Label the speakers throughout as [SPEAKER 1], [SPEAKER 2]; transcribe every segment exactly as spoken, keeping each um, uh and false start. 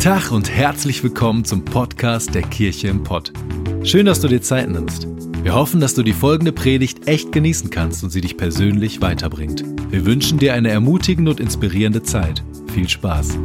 [SPEAKER 1] Tag und herzlich willkommen zum Podcast der Kirche im Pott. Schön, dass du dir Zeit nimmst. Wir hoffen, dass du die folgende Predigt echt genießen kannst und sie dich persönlich weiterbringt. Wir wünschen dir eine ermutigende und inspirierende Zeit. Viel Spaß.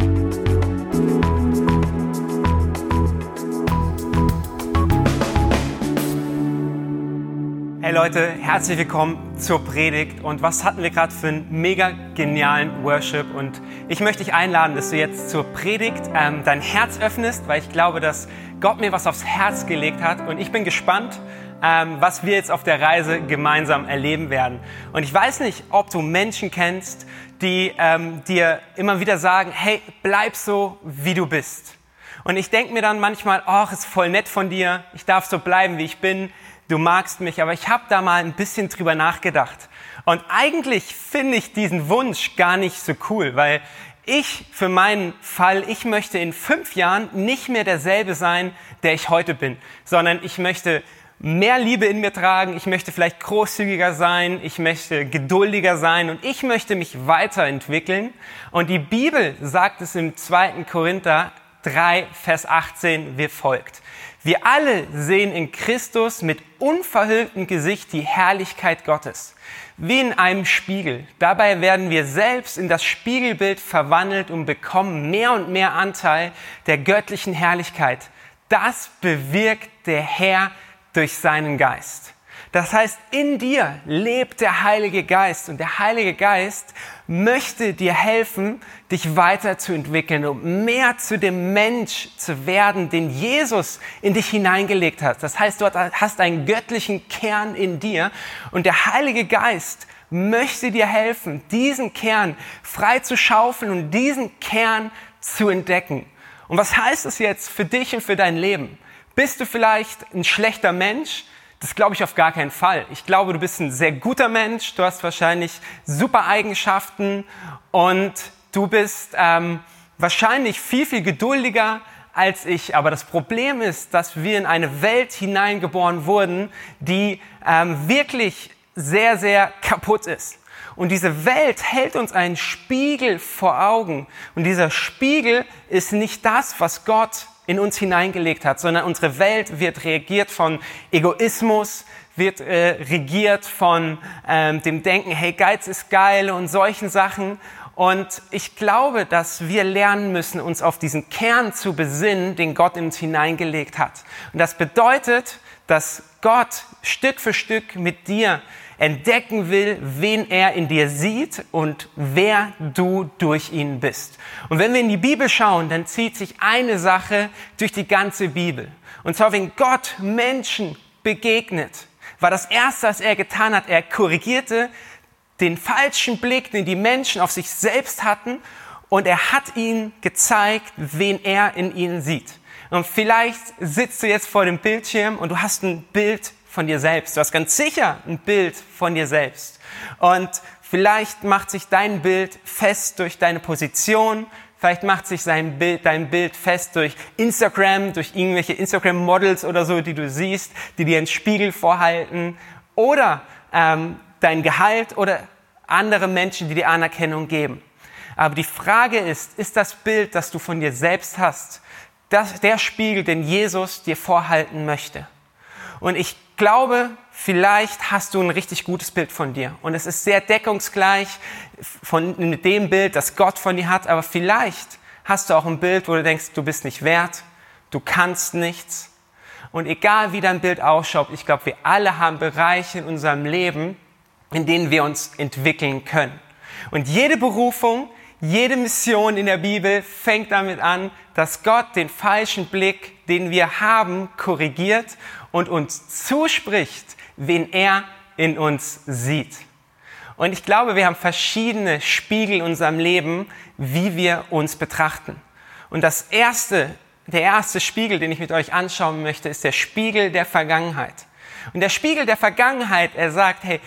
[SPEAKER 2] Hey Leute, herzlich willkommen zur Predigt. Und was hatten wir gerade für einen mega genialen Worship? Und ich möchte dich einladen, dass du jetzt zur Predigt ähm, dein Herz öffnest, weil ich glaube, dass Gott mir was aufs Herz gelegt hat. Und ich bin gespannt, ähm, was wir jetzt auf der Reise gemeinsam erleben werden. Und ich weiß nicht, ob du Menschen kennst, die ähm, dir immer wieder sagen, hey, bleib so, wie du bist. Und ich denke mir dann manchmal, ach, ist voll nett von dir, ich darf so bleiben, wie ich bin. Du magst mich, aber ich habe da mal ein bisschen drüber nachgedacht. Und eigentlich finde ich diesen Wunsch gar nicht so cool, weil ich für meinen Fall, ich möchte in fünf Jahren nicht mehr derselbe sein, der ich heute bin, sondern ich möchte mehr Liebe in mir tragen, ich möchte vielleicht großzügiger sein, ich möchte geduldiger sein und ich möchte mich weiterentwickeln. Und die Bibel sagt es im zweiten Korinther drei, Vers achtzehn, wie folgt. Wir alle sehen in Christus mit unverhülltem Gesicht die Herrlichkeit Gottes, wie in einem Spiegel. Dabei werden wir selbst in das Spiegelbild verwandelt und bekommen mehr und mehr Anteil der göttlichen Herrlichkeit. Das bewirkt der Herr durch seinen Geist. Das heißt, in dir lebt der Heilige Geist und der Heilige Geist möchte dir helfen, dich weiterzuentwickeln und mehr zu dem Mensch zu werden, den Jesus in dich hineingelegt hat. Das heißt, du hast einen göttlichen Kern in dir und der Heilige Geist möchte dir helfen, diesen Kern frei zu schaufeln und diesen Kern zu entdecken. Und was heißt es jetzt für dich und für dein Leben? Bist du vielleicht ein schlechter Mensch? Das glaube ich auf gar keinen Fall. Ich glaube, du bist ein sehr guter Mensch, du hast wahrscheinlich super Eigenschaften und du bist ähm, wahrscheinlich viel, viel geduldiger als ich. Aber das Problem ist, dass wir in eine Welt hineingeboren wurden, die ähm, wirklich sehr, sehr kaputt ist. Und diese Welt hält uns einen Spiegel vor Augen. Und dieser Spiegel ist nicht das, was Gott in uns hineingelegt hat, sondern unsere Welt wird regiert von Egoismus, wird äh, regiert von ähm, dem Denken, hey, Geiz ist geil und solchen Sachen. Und ich glaube, dass wir lernen müssen, uns auf diesen Kern zu besinnen, den Gott in uns hineingelegt hat. Und das bedeutet, dass Gott Stück für Stück mit dir entdecken will, wen er in dir sieht und wer du durch ihn bist. Und wenn wir in die Bibel schauen, dann zieht sich eine Sache durch die ganze Bibel. Und zwar, wenn Gott Menschen begegnet, war das Erste, was er getan hat, er korrigierte den falschen Blick, den die Menschen auf sich selbst hatten, und er hat ihnen gezeigt, wen er in ihnen sieht. Und vielleicht sitzt du jetzt vor dem Bildschirm und du hast ein Bild von dir selbst. Du hast ganz sicher ein Bild von dir selbst. Und vielleicht macht sich dein Bild fest durch deine Position. Vielleicht macht sich sein Bild, dein Bild fest durch Instagram, durch irgendwelche Instagram-Models oder so, die du siehst, die dir einen Spiegel vorhalten. Oder ähm, dein Gehalt oder andere Menschen, die dir Anerkennung geben. Aber die Frage ist, ist das Bild, das du von dir selbst hast, das, der Spiegel, den Jesus dir vorhalten möchte? Und ich glaube, vielleicht hast du ein richtig gutes Bild von dir. Und es ist sehr deckungsgleich von, mit dem Bild, das Gott von dir hat. Aber vielleicht hast du auch ein Bild, wo du denkst, du bist nicht wert, du kannst nichts. Und egal wie dein Bild ausschaut, ich glaube, wir alle haben Bereiche in unserem Leben, in denen wir uns entwickeln können. Und jede Berufung, jede Mission in der Bibel fängt damit an, dass Gott den falschen Blick, den wir haben, korrigiert und uns zuspricht, wen er in uns sieht. Und ich glaube, wir haben verschiedene Spiegel in unserem Leben, wie wir uns betrachten. Und das erste, der erste Spiegel, den ich mit euch anschauen möchte, ist der Spiegel der Vergangenheit. Und der Spiegel der Vergangenheit, er sagt, hey,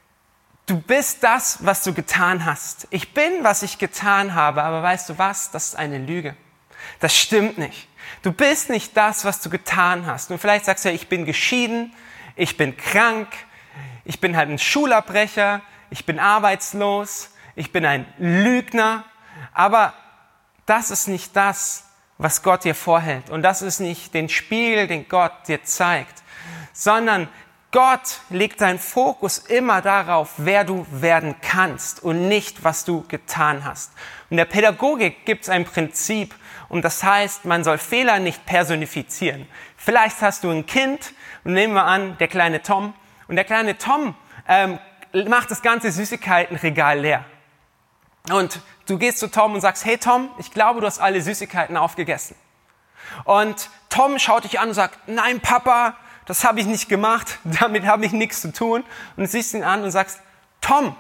[SPEAKER 2] du bist das, was du getan hast. Ich bin, was ich getan habe, aber weißt du was? Das ist eine Lüge. Das stimmt nicht. Du bist nicht das, was du getan hast. Und vielleicht sagst du ja, ich bin geschieden, ich bin krank, ich bin halt ein Schulabbrecher, ich bin arbeitslos, ich bin ein Lügner. Aber das ist nicht das, was Gott dir vorhält. Und das ist nicht den Spiegel, den Gott dir zeigt, sondern Gott legt seinen Fokus immer darauf, wer du werden kannst und nicht, was du getan hast. In der Pädagogik gibt es ein Prinzip und das heißt, man soll Fehler nicht personifizieren. Vielleicht hast du ein Kind und nehmen wir an, der kleine Tom. Und der kleine Tom ähm, macht das ganze Süßigkeitenregal leer. Und du gehst zu Tom und sagst, hey Tom, ich glaube, du hast alle Süßigkeiten aufgegessen. Und Tom schaut dich an und sagt, nein Papa, das habe ich nicht gemacht, damit habe ich nichts zu tun. Und du siehst ihn an und sagst, Tom,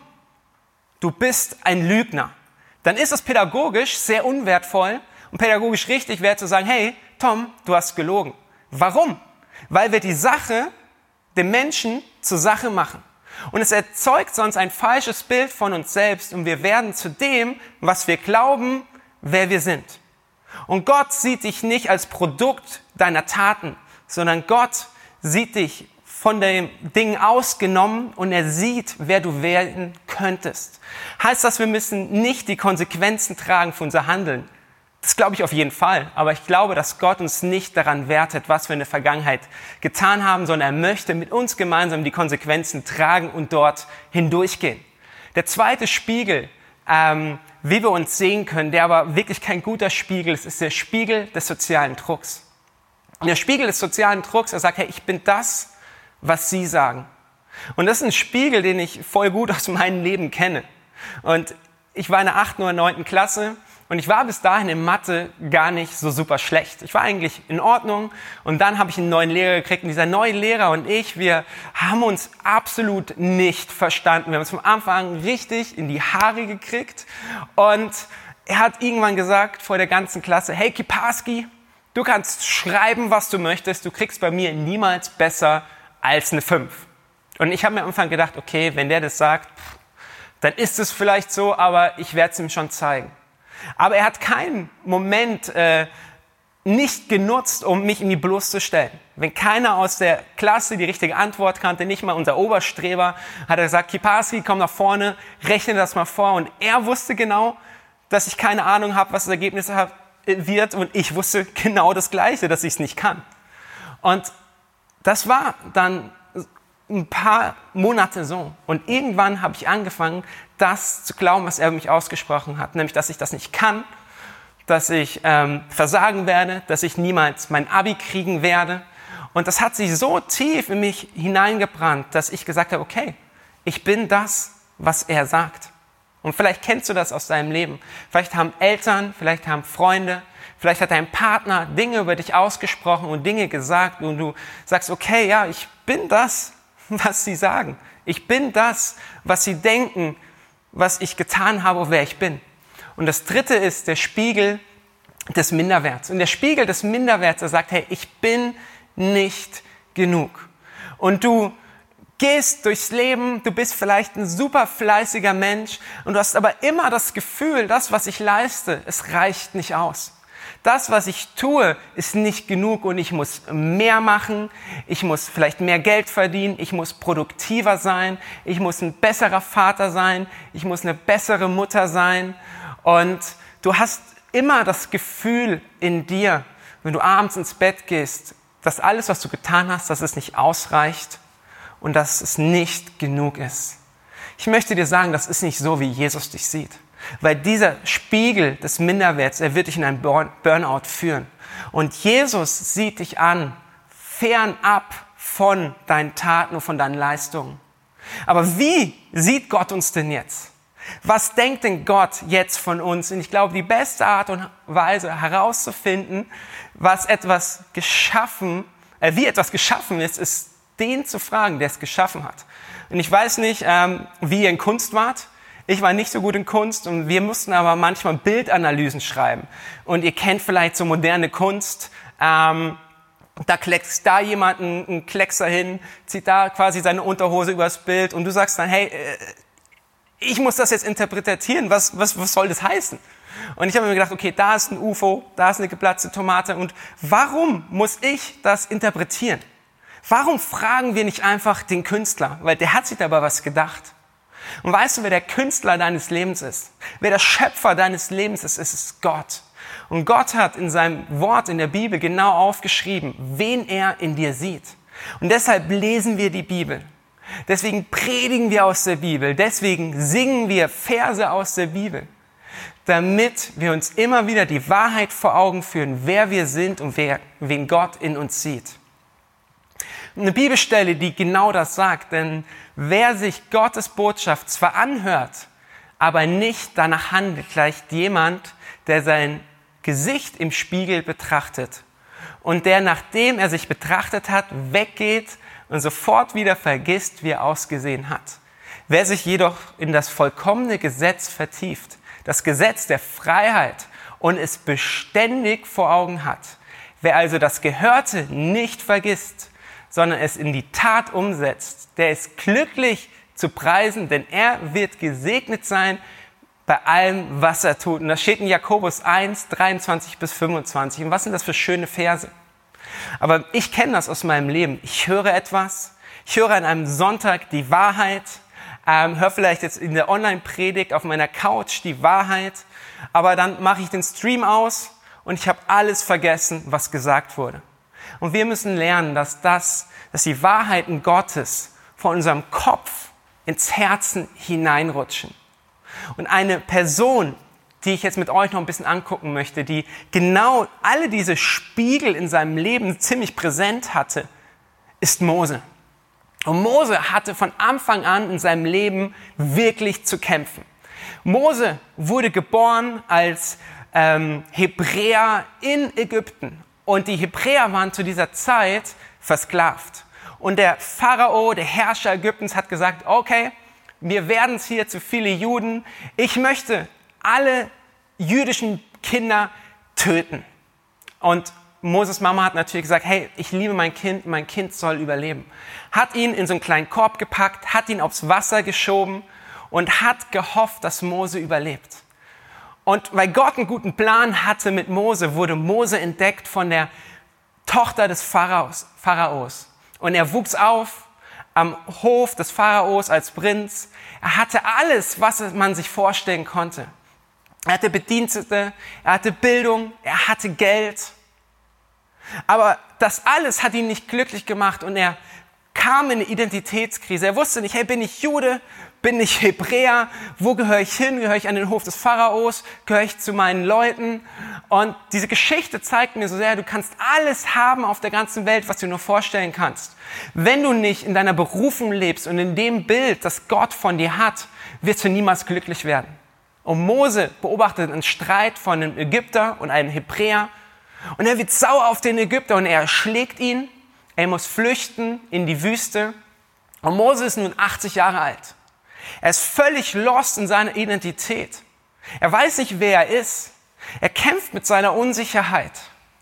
[SPEAKER 2] du bist ein Lügner. Dann ist es pädagogisch sehr unwertvoll und pädagogisch richtig wäre zu sagen, hey Tom, du hast gelogen. Warum? Weil wir die Sache dem Menschen zur Sache machen. Und es erzeugt sonst ein falsches Bild von uns selbst und wir werden zu dem, was wir glauben, wer wir sind. Und Gott sieht dich nicht als Produkt deiner Taten, sondern Gott sieht dich von den Dingen ausgenommen und er sieht, wer du werden könntest. Heißt das, wir müssen nicht die Konsequenzen tragen für unser Handeln? Das glaube ich auf jeden Fall. Aber ich glaube, dass Gott uns nicht daran wertet, was wir in der Vergangenheit getan haben, sondern er möchte mit uns gemeinsam die Konsequenzen tragen und dort hindurchgehen. Der zweite Spiegel, ähm, wie wir uns sehen können, der aber wirklich kein guter Spiegel ist, ist der Spiegel des sozialen Drucks. Und der Spiegel des sozialen Drucks, er sagt, hey, ich bin das, was Sie sagen. Und das ist ein Spiegel, den ich voll gut aus meinem Leben kenne. Und ich war in der achten oder neunten Klasse und ich war bis dahin in Mathe gar nicht so super schlecht. Ich war eigentlich in Ordnung und dann habe ich einen neuen Lehrer gekriegt und dieser neue Lehrer und ich, wir haben uns absolut nicht verstanden. Wir haben uns vom Anfang an richtig in die Haare gekriegt und er hat irgendwann gesagt vor der ganzen Klasse, hey Kiparski, du kannst schreiben, was du möchtest, du kriegst bei mir niemals besser als eine fünf. Und ich habe mir am Anfang gedacht, okay, wenn der das sagt, dann ist es vielleicht so, aber ich werde es ihm schon zeigen. Aber er hat keinen Moment äh, nicht genutzt, um mich in die Bloß zu stellen. Wenn keiner aus der Klasse die richtige Antwort kannte, nicht mal unser Oberstreber, hat er gesagt, Kiparski, komm nach vorne, rechne das mal vor. Und er wusste genau, dass ich keine Ahnung habe, was das Ergebnis wird. Und ich wusste genau das Gleiche, dass ich es nicht kann. Und das war dann ein paar Monate so. Und irgendwann habe ich angefangen, das zu glauben, was er mich ausgesprochen hat. Nämlich, dass ich das nicht kann, dass ich ähm, versagen werde, dass ich niemals mein Abi kriegen werde. Und das hat sich so tief in mich hineingebrannt, dass ich gesagt habe, okay, ich bin das, was er sagt. Und vielleicht kennst du das aus deinem Leben. Vielleicht haben Eltern, vielleicht haben Freunde, vielleicht hat dein Partner Dinge über dich ausgesprochen und Dinge gesagt und du sagst, okay, ja, ich bin das, was sie sagen. Ich bin das, was sie denken, was ich getan habe, wer ich bin. Und das dritte ist der Spiegel des Minderwerts. Und der Spiegel des Minderwerts, der sagt, hey, ich bin nicht genug. Und du gehst durchs Leben, du bist vielleicht ein super fleißiger Mensch und du hast aber immer das Gefühl, das, was ich leiste, es reicht nicht aus. Das, was ich tue, ist nicht genug und ich muss mehr machen, ich muss vielleicht mehr Geld verdienen, ich muss produktiver sein, ich muss ein besserer Vater sein, ich muss eine bessere Mutter sein. Und du hast immer das Gefühl in dir, wenn du abends ins Bett gehst, dass alles, was du getan hast, dass es nicht ausreicht und dass es nicht genug ist. Ich möchte dir sagen, das ist nicht so, wie Jesus dich sieht. Weil dieser Spiegel des Minderwerts, er wird dich in einen Burnout führen. Und Jesus sieht dich an, fernab von deinen Taten und von deinen Leistungen. Aber wie sieht Gott uns denn jetzt? Was denkt denn Gott jetzt von uns? Und ich glaube, die beste Art und Weise herauszufinden, was etwas geschaffen, äh, wie etwas geschaffen ist, ist den zu fragen, der es geschaffen hat. Und ich weiß nicht, ähm, wie ihr in Kunst wart. Ich war nicht so gut in Kunst und wir mussten aber manchmal Bildanalysen schreiben. Und ihr kennt vielleicht so moderne Kunst. Ähm, da kleckst da jemand einen, einen Kleckser hin, zieht da quasi seine Unterhose übers Bild und du sagst dann, hey, äh, ich muss das jetzt interpretieren, was, was, was soll das heißen? Und ich habe mir gedacht, okay, da ist ein U F O, da ist eine geplatzte Tomate und warum muss ich das interpretieren? Warum fragen wir nicht einfach den Künstler? Weil der hat sich dabei was gedacht. Und weißt du, wer der Künstler deines Lebens ist? Wer der Schöpfer deines Lebens ist, ist es Gott. Und Gott hat in seinem Wort in der Bibel genau aufgeschrieben, wen er in dir sieht. Und deshalb lesen wir die Bibel. Deswegen predigen wir aus der Bibel. Deswegen singen wir Verse aus der Bibel. Damit wir uns immer wieder die Wahrheit vor Augen führen, wer wir sind und wer, wen Gott in uns sieht. Eine Bibelstelle, die genau das sagt, denn wer sich Gottes Botschaft zwar anhört, aber nicht danach handelt, gleicht jemand, der sein Gesicht im Spiegel betrachtet und der, nachdem er sich betrachtet hat, weggeht und sofort wieder vergisst, wie er ausgesehen hat. Wer sich jedoch in das vollkommene Gesetz vertieft, das Gesetz der Freiheit und es beständig vor Augen hat. Wer also das Gehörte nicht vergisst, sondern es in die Tat umsetzt, der ist glücklich zu preisen, denn er wird gesegnet sein bei allem, was er tut. Und das steht in Jakobus eins, dreiundzwanzig bis fünfundzwanzig. Und was sind das für schöne Verse? Aber ich kenne das aus meinem Leben. Ich höre etwas, ich höre an einem Sonntag die Wahrheit, Ähm, hör vielleicht jetzt in der Online-Predigt auf meiner Couch die Wahrheit, aber dann mache ich den Stream aus und ich habe alles vergessen, was gesagt wurde. Und wir müssen lernen, dass das, dass die Wahrheiten Gottes von unserem Kopf ins Herzen hineinrutschen. Und eine Person, die ich jetzt mit euch noch ein bisschen angucken möchte, die genau alle diese Spiegel in seinem Leben ziemlich präsent hatte, ist Mose. Und Mose hatte von Anfang an in seinem Leben wirklich zu kämpfen. Mose wurde geboren als ähm, Hebräer in Ägypten. Und die Hebräer waren zu dieser Zeit versklavt. Und der Pharao, der Herrscher Ägyptens, hat gesagt, okay, wir werden es hier zu viele Juden. Ich möchte alle jüdischen Kinder töten. Und Moses Mama hat natürlich gesagt, hey, ich liebe mein Kind, mein Kind soll überleben. Hat ihn in so einen kleinen Korb gepackt, hat ihn aufs Wasser geschoben und hat gehofft, dass Mose überlebt. Und weil Gott einen guten Plan hatte mit Mose, wurde Mose entdeckt von der Tochter des Pharaos. Pharaos. Und er wuchs auf am Hof des Pharaos als Prinz. Er hatte alles, was man sich vorstellen konnte. Er hatte Bedienstete, er hatte Bildung, er hatte Geld. Aber das alles hat ihn nicht glücklich gemacht und er kam in eine Identitätskrise. Er wusste nicht, hey, bin ich Jude, bin ich Hebräer, wo gehöre ich hin? Gehöre ich an den Hof des Pharaos? Gehöre ich zu meinen Leuten? Und diese Geschichte zeigt mir so sehr, du kannst alles haben auf der ganzen Welt, was du nur vorstellen kannst. Wenn du nicht in deiner Berufung lebst und in dem Bild, das Gott von dir hat, wirst du niemals glücklich werden. Und Mose beobachtet einen Streit von einem Ägypter und einem Hebräer. Und er wird sauer auf den Ägypter und er erschlägt ihn. Er muss flüchten in die Wüste. Und Mose ist nun achtzig Jahre alt. Er ist völlig lost in seiner Identität. Er weiß nicht, wer er ist. Er kämpft mit seiner Unsicherheit.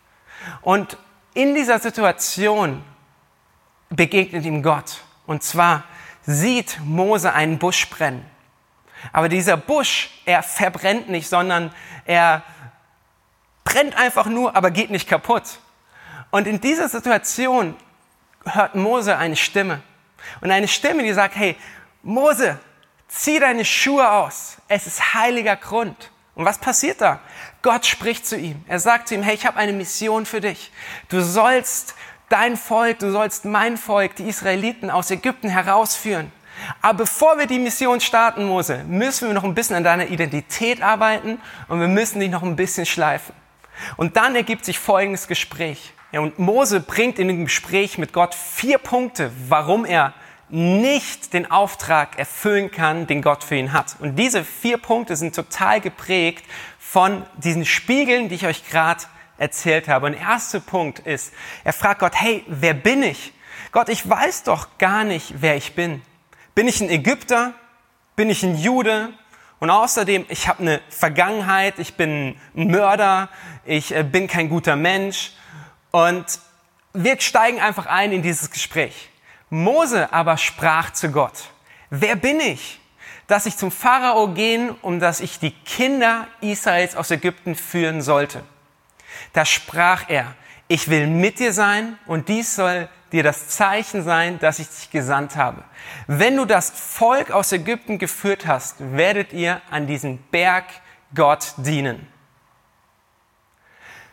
[SPEAKER 2] Und in dieser Situation begegnet ihm Gott. Und zwar sieht Mose einen Busch brennen. Aber dieser Busch, er verbrennt nicht, sondern er brennt einfach nur, aber geht nicht kaputt. Und in dieser Situation hört Mose eine Stimme. Und eine Stimme, die sagt, hey, Mose, zieh deine Schuhe aus. Es ist heiliger Grund. Und was passiert da? Gott spricht zu ihm. Er sagt zu ihm, hey, ich habe eine Mission für dich. Du sollst dein Volk, du sollst mein Volk, die Israeliten aus Ägypten herausführen. Aber bevor wir die Mission starten, Mose, müssen wir noch ein bisschen an deiner Identität arbeiten und wir müssen dich noch ein bisschen schleifen. Und dann ergibt sich folgendes Gespräch. Ja, und Mose bringt in dem Gespräch mit Gott vier Punkte, warum er nicht den Auftrag erfüllen kann, den Gott für ihn hat. Und diese vier Punkte sind total geprägt von diesen Spiegeln, die ich euch gerade erzählt habe. Und der erste Punkt ist, er fragt Gott, hey, wer bin ich? Gott, ich weiß doch gar nicht, wer ich bin. Bin ich ein Ägypter? Bin ich ein Jude? Und außerdem, ich habe eine Vergangenheit, ich bin ein Mörder, ich bin kein guter Mensch. Und wir steigen einfach ein in dieses Gespräch. Mose aber sprach zu Gott, wer bin ich, dass ich zum Pharao gehen, um dass ich die Kinder Israels aus Ägypten führen sollte? Da sprach er, ich will mit dir sein und dies soll dir das Zeichen sein, dass ich dich gesandt habe. Wenn du das Volk aus Ägypten geführt hast, werdet ihr an diesem Berg Gott dienen.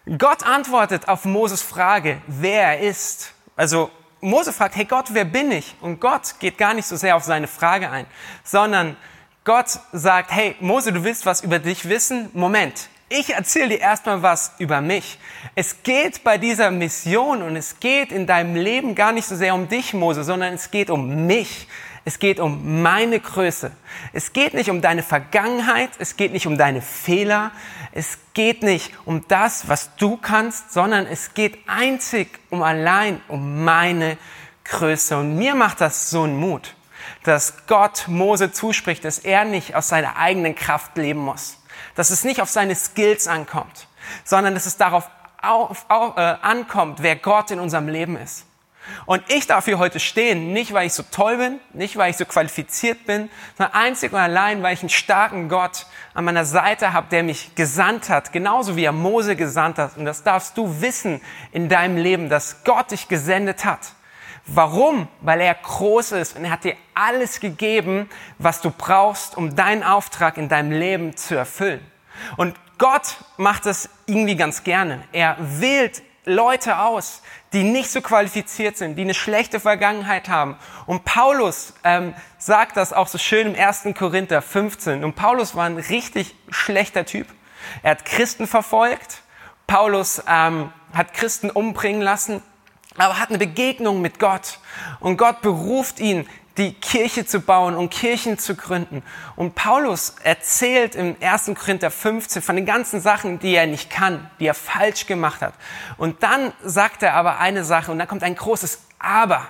[SPEAKER 2] Gott antwortet auf Moses Frage, wer er ist. Also Mose fragt, hey Gott, wer bin ich? Und Gott geht gar nicht so sehr auf seine Frage ein, sondern Gott sagt, hey Mose, du willst was über dich wissen? Moment, ich erzähle dir erstmal was über mich. Es geht bei dieser Mission und es geht in deinem Leben gar nicht so sehr um dich, Mose, sondern es geht um mich. Es geht um meine Größe. Es geht nicht um deine Vergangenheit, es geht nicht um deine Fehler, es geht nicht um das, was du kannst, sondern es geht einzig um allein um meine Größe. Und mir macht das so einen Mut, dass Gott Mose zuspricht, dass er nicht aus seiner eigenen Kraft leben muss, dass es nicht auf seine Skills ankommt, sondern dass es darauf auf, auf, äh, ankommt, wer Gott in unserem Leben ist. Und ich darf hier heute stehen, nicht weil ich so toll bin, nicht weil ich so qualifiziert bin, sondern einzig und allein, weil ich einen starken Gott an meiner Seite habe, der mich gesandt hat, genauso wie er Mose gesandt hat. Und das darfst du wissen in deinem Leben, dass Gott dich gesendet hat. Warum? Weil er groß ist und er hat dir alles gegeben, was du brauchst, um deinen Auftrag in deinem Leben zu erfüllen. Und Gott macht das irgendwie ganz gerne. Er wählt Leute aus, die nicht so qualifiziert sind, die eine schlechte Vergangenheit haben. Und Paulus ähm, sagt das auch so schön im ersten Korinther fünfzehn. Und Paulus war ein richtig schlechter Typ. Er hat Christen verfolgt. Paulus ähm, hat Christen umbringen lassen, aber hat eine Begegnung mit Gott. Und Gott beruft ihn, die Kirche zu bauen und Kirchen zu gründen. Und Paulus erzählt im ersten Korinther fünfzehn von den ganzen Sachen, die er nicht kann, die er falsch gemacht hat. Und dann sagt er aber eine Sache und da kommt ein großes Aber.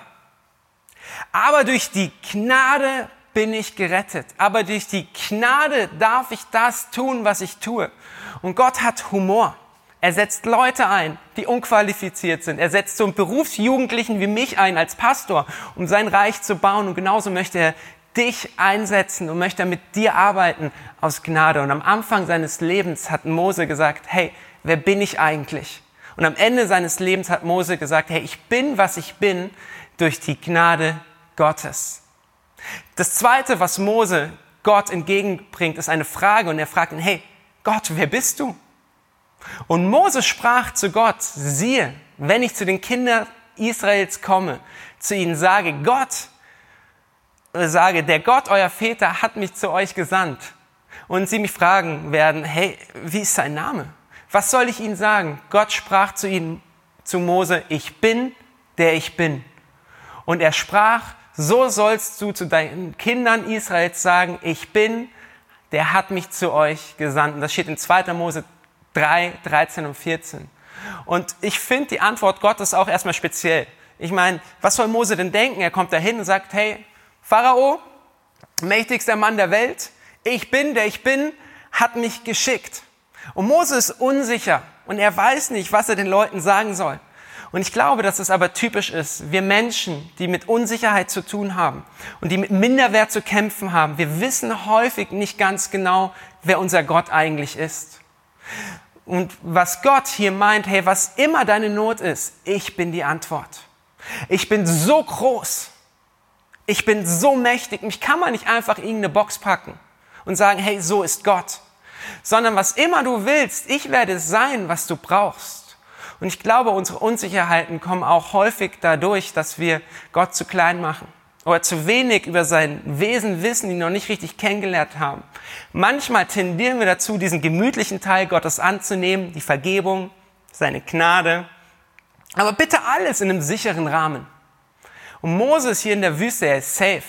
[SPEAKER 2] Aber durch die Gnade bin ich gerettet. Aber durch die Gnade darf ich das tun, was ich tue. Und Gott hat Humor. Er setzt Leute ein, die unqualifiziert sind. Er setzt so einen Berufsjugendlichen wie mich ein als Pastor, um sein Reich zu bauen. Und genauso möchte er dich einsetzen und möchte mit dir arbeiten aus Gnade. Und am Anfang seines Lebens hat Mose gesagt, hey, wer bin ich eigentlich? Und am Ende seines Lebens hat Mose gesagt, hey, ich bin, was ich bin, durch die Gnade Gottes. Das Zweite, was Mose Gott entgegenbringt, ist eine Frage. Und er fragt ihn, hey, Gott, wer bist du? Und Mose sprach zu Gott, siehe, wenn ich zu den Kindern Israels komme, zu ihnen sage, Gott, sage, der Gott eurer Väter hat mich zu euch gesandt. Und sie mich fragen werden, hey, wie ist sein Name? Was soll ich ihnen sagen? Gott sprach zu ihnen, zu Mose, ich bin, der ich bin. Und er sprach, so sollst du zu deinen Kindern Israels sagen, ich bin, der hat mich zu euch gesandt. Und das steht in zweiter Mose drei, dreizehn und vierzehn. Und ich finde die Antwort Gottes auch erstmal speziell. Ich meine, was soll Mose denn denken? Er kommt dahin und sagt, hey, Pharao, mächtigster Mann der Welt, ich bin, der ich bin, hat mich geschickt. Und Mose ist unsicher und er weiß nicht, was er den Leuten sagen soll. Und ich glaube, dass es aber typisch ist. Wir Menschen, die mit Unsicherheit zu tun haben und die mit Minderwert zu kämpfen haben, wir wissen häufig nicht ganz genau, wer unser Gott eigentlich ist. Und was Gott hier meint, hey, was immer deine Not ist, ich bin die Antwort. Ich bin so groß. Ich bin so mächtig. Mich kann man nicht einfach in irgendeine Box packen und sagen, hey, so ist Gott. Sondern was immer du willst, ich werde sein, was du brauchst. Und ich glaube, unsere Unsicherheiten kommen auch häufig dadurch, dass wir Gott zu klein machen. Oder zu wenig über sein Wesen wissen, die noch nicht richtig kennengelernt haben. Manchmal tendieren wir dazu, diesen gemütlichen Teil Gottes anzunehmen, die Vergebung, seine Gnade. Aber bitte alles in einem sicheren Rahmen. Und Mose ist hier in der Wüste, er ist safe.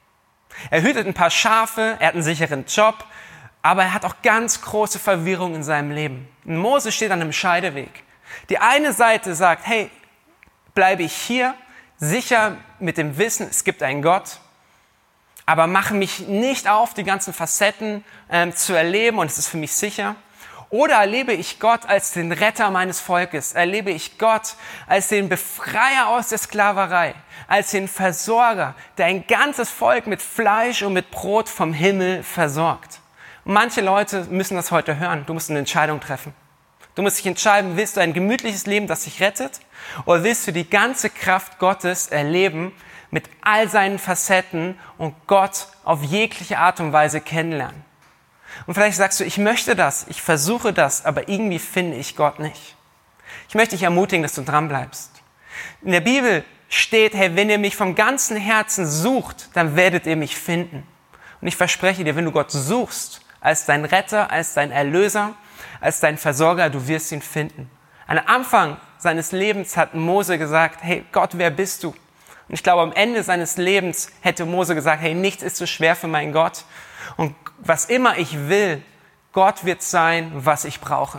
[SPEAKER 2] Er hütet ein paar Schafe, er hat einen sicheren Job, aber er hat auch ganz große Verwirrung in seinem Leben. Und Mose steht an einem Scheideweg. Die eine Seite sagt, hey, bleibe ich hier, sicher mit dem Wissen, es gibt einen Gott, aber mache mich nicht auf, die ganzen Facetten ähm, zu erleben und es ist für mich sicher. Oder erlebe ich Gott als den Retter meines Volkes? Erlebe ich Gott als den Befreier aus der Sklaverei? Als den Versorger, der ein ganzes Volk mit Fleisch und mit Brot vom Himmel versorgt? Und manche Leute müssen das heute hören. Du musst eine Entscheidung treffen. Du musst dich entscheiden, willst du ein gemütliches Leben, das dich rettet? Oder willst du die ganze Kraft Gottes erleben mit all seinen Facetten und Gott auf jegliche Art und Weise kennenlernen? Und vielleicht sagst du, ich möchte das, ich versuche das, aber irgendwie finde ich Gott nicht. Ich möchte dich ermutigen, dass du dranbleibst. In der Bibel steht, hey, wenn ihr mich vom ganzen Herzen sucht, dann werdet ihr mich finden. Und ich verspreche dir, wenn du Gott suchst, als dein Retter, als dein Erlöser, als dein Versorger, du wirst ihn finden. Am Anfang seines Lebens hat Mose gesagt, hey Gott, wer bist du? Und ich glaube, am Ende seines Lebens hätte Mose gesagt, hey, nichts ist so schwer für meinen Gott. Und was immer ich will, Gott wird sein, was ich brauche.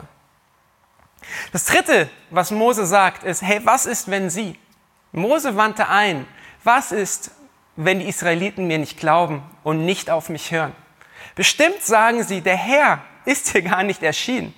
[SPEAKER 2] Das Dritte, was Mose sagt, ist, hey, was ist, wenn sie? Mose wandte ein, was ist, wenn die Israeliten mir nicht glauben und nicht auf mich hören? Bestimmt sagen sie, der Herr ist hier gar nicht erschienen.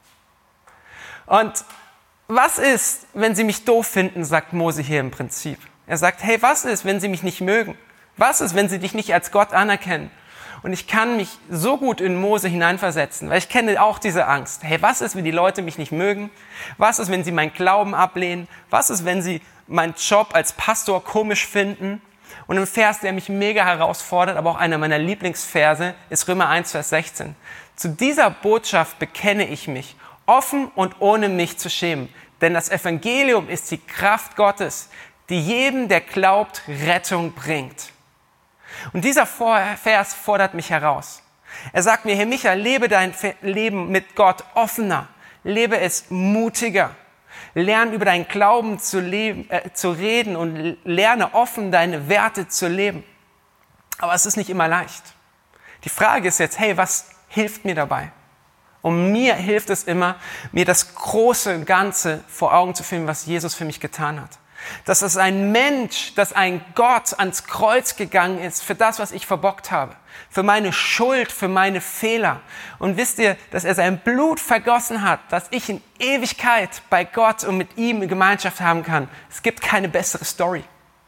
[SPEAKER 2] Und was ist, wenn sie mich doof finden, sagt Mose hier im Prinzip. Er sagt, hey, was ist, wenn sie mich nicht mögen? Was ist, wenn sie dich nicht als Gott anerkennen? Und ich kann mich so gut in Mose hineinversetzen, weil ich kenne auch diese Angst. Hey, was ist, wenn die Leute mich nicht mögen? Was ist, wenn sie meinen Glauben ablehnen? Was ist, wenn sie meinen Job als Pastor komisch finden? Und ein Vers, der mich mega herausfordert, aber auch einer meiner Lieblingsverse, ist Römer eins, Vers sechzehn. Zu dieser Botschaft bekenne ich mich, offen und ohne mich zu schämen. Denn das Evangelium ist die Kraft Gottes, die jedem, der glaubt, Rettung bringt. Und dieser Vers fordert mich heraus. Er sagt mir, hey Micha, lebe dein Leben mit Gott offener, lebe es mutiger, lerne über deinen Glauben zu, leben, äh, zu reden und lerne offen deine Werte zu leben. Aber es ist nicht immer leicht. Die Frage ist jetzt, hey, was hilft mir dabei? Und mir hilft es immer, mir das große Ganze vor Augen zu führen, was Jesus für mich getan hat. Dass es ein Mensch, dass ein Gott ans Kreuz gegangen ist für das, was ich verbockt habe. Für meine Schuld, für meine Fehler. Und wisst ihr, dass er sein Blut vergossen hat, dass ich in Ewigkeit bei Gott und mit ihm in Gemeinschaft haben kann. Es gibt keine bessere Story.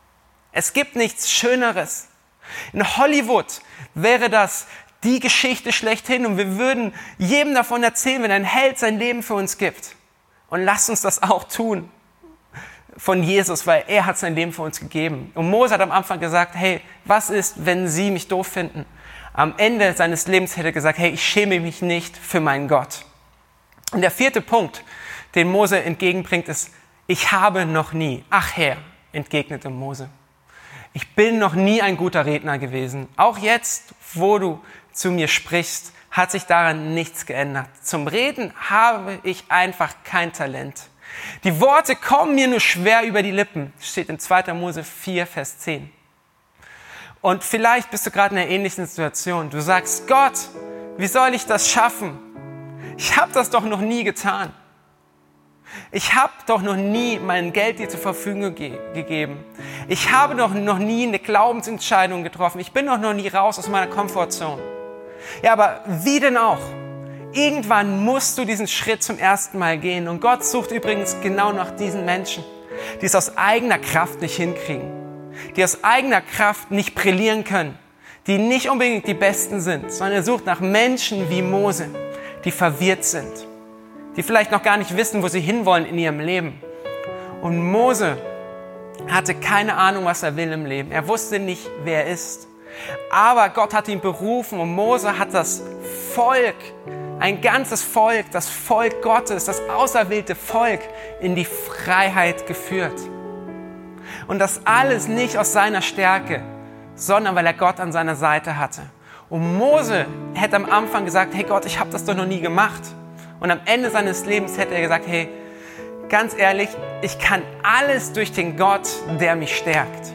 [SPEAKER 2] Es gibt nichts Schöneres. In Hollywood wäre das die Geschichte schlechthin und wir würden jedem davon erzählen, wenn ein Held sein Leben für uns gibt. Und lasst uns das auch tun. Von Jesus, weil er hat sein Leben für uns gegeben. Und Mose hat am Anfang gesagt, hey, was ist, wenn sie mich doof finden? Am Ende seines Lebens hätte er gesagt, hey, ich schäme mich nicht für meinen Gott. Und der vierte Punkt, den Mose entgegenbringt, ist, ich habe noch nie, ach Herr, entgegnete Mose, ich bin noch nie ein guter Redner gewesen. Auch jetzt, wo du zu mir sprichst, hat sich daran nichts geändert. Zum Reden habe ich einfach kein Talent. Die Worte kommen mir nur schwer über die Lippen. Das steht in zweiter Mose vier, Vers zehn. Und vielleicht bist du gerade in einer ähnlichen Situation. Du sagst, Gott, wie soll ich das schaffen? Ich habe das doch noch nie getan. Ich habe doch noch nie mein Geld dir zur Verfügung ge- gegeben. Ich habe doch noch nie eine Glaubensentscheidung getroffen. Ich bin doch noch nie raus aus meiner Komfortzone. Ja, aber wie denn auch? Irgendwann musst du diesen Schritt zum ersten Mal gehen. Und Gott sucht übrigens genau nach diesen Menschen, die es aus eigener Kraft nicht hinkriegen, die aus eigener Kraft nicht brillieren können, die nicht unbedingt die Besten sind, sondern er sucht nach Menschen wie Mose, die verwirrt sind, die vielleicht noch gar nicht wissen, wo sie hinwollen in ihrem Leben. Und Mose hatte keine Ahnung, was er will im Leben. Er wusste nicht, wer er ist. Aber Gott hat ihn berufen und Mose hat das Volk, ein ganzes Volk, das Volk Gottes, das auserwählte Volk in die Freiheit geführt. Und das alles nicht aus seiner Stärke, sondern weil er Gott an seiner Seite hatte. Und Mose hätte am Anfang gesagt, hey Gott, ich habe das doch noch nie gemacht. Und am Ende seines Lebens hätte er gesagt, hey, ganz ehrlich, ich kann alles durch den Gott, der mich stärkt.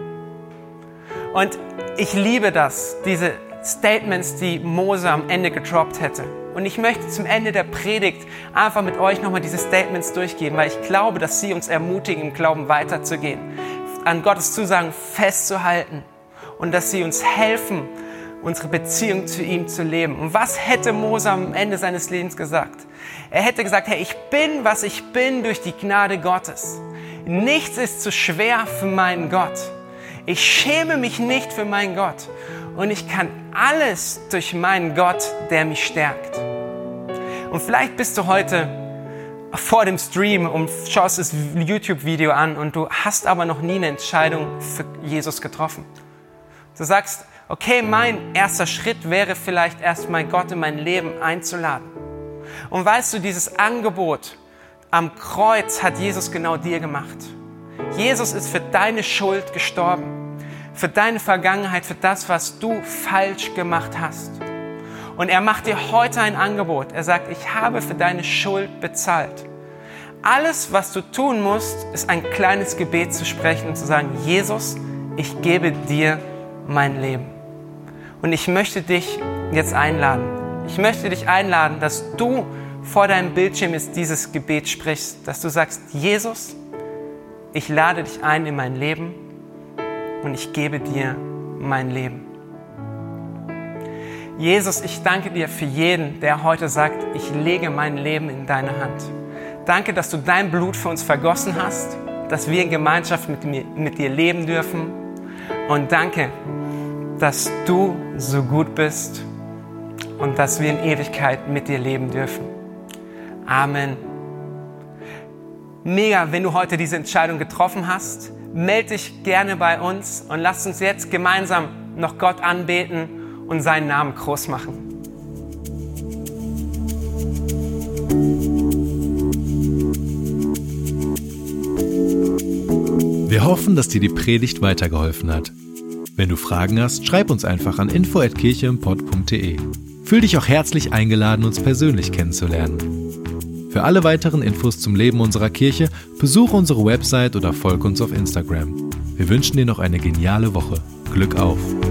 [SPEAKER 2] Und ich liebe das, diese Statements, die Mose am Ende gedroppt hätte. Und ich möchte zum Ende der Predigt einfach mit euch nochmal diese Statements durchgeben, weil ich glaube, dass sie uns ermutigen, im Glauben weiterzugehen, an Gottes Zusagen festzuhalten und dass sie uns helfen, unsere Beziehung zu ihm zu leben. Und was hätte Mose am Ende seines Lebens gesagt? Er hätte gesagt, hey, ich bin, was ich bin durch die Gnade Gottes. Nichts ist zu schwer für meinen Gott. Ich schäme mich nicht für meinen Gott. Und ich kann alles durch meinen Gott, der mich stärkt. Und vielleicht bist du heute vor dem Stream und schaust das YouTube-Video an und du hast aber noch nie eine Entscheidung für Jesus getroffen. Du sagst, okay, mein erster Schritt wäre vielleicht erstmal Gott in mein Leben einzuladen. Und weißt du, dieses Angebot am Kreuz hat Jesus genau dir gemacht. Jesus ist für deine Schuld gestorben, für deine Vergangenheit, für das, was du falsch gemacht hast. Und er macht dir heute ein Angebot. Er sagt, ich habe für deine Schuld bezahlt. Alles, was du tun musst, ist ein kleines Gebet zu sprechen und zu sagen, Jesus, ich gebe dir mein Leben. Und ich möchte dich jetzt einladen. Ich möchte dich einladen, dass du vor deinem Bildschirm jetzt dieses Gebet sprichst, dass du sagst, Jesus, ich lade dich ein in mein Leben und ich gebe dir mein Leben. Jesus, ich danke dir für jeden, der heute sagt, ich lege mein Leben in deine Hand. Danke, dass du dein Blut für uns vergossen hast, dass wir in Gemeinschaft mit, mir, mit dir leben dürfen. Und danke, dass du so gut bist und dass wir in Ewigkeit mit dir leben dürfen. Amen. Mega, wenn du heute diese Entscheidung getroffen hast. Melde dich gerne bei uns und lass uns jetzt gemeinsam noch Gott anbeten und seinen Namen groß machen.
[SPEAKER 1] Wir hoffen, dass dir die Predigt weitergeholfen hat. Wenn du Fragen hast, schreib uns einfach an info at kircheimpott punkt de. Fühl dich auch herzlich eingeladen, uns persönlich kennenzulernen. Für alle weiteren Infos zum Leben unserer Kirche besuche unsere Website oder folge uns auf Instagram. Wir wünschen dir noch eine geniale Woche. Glück auf!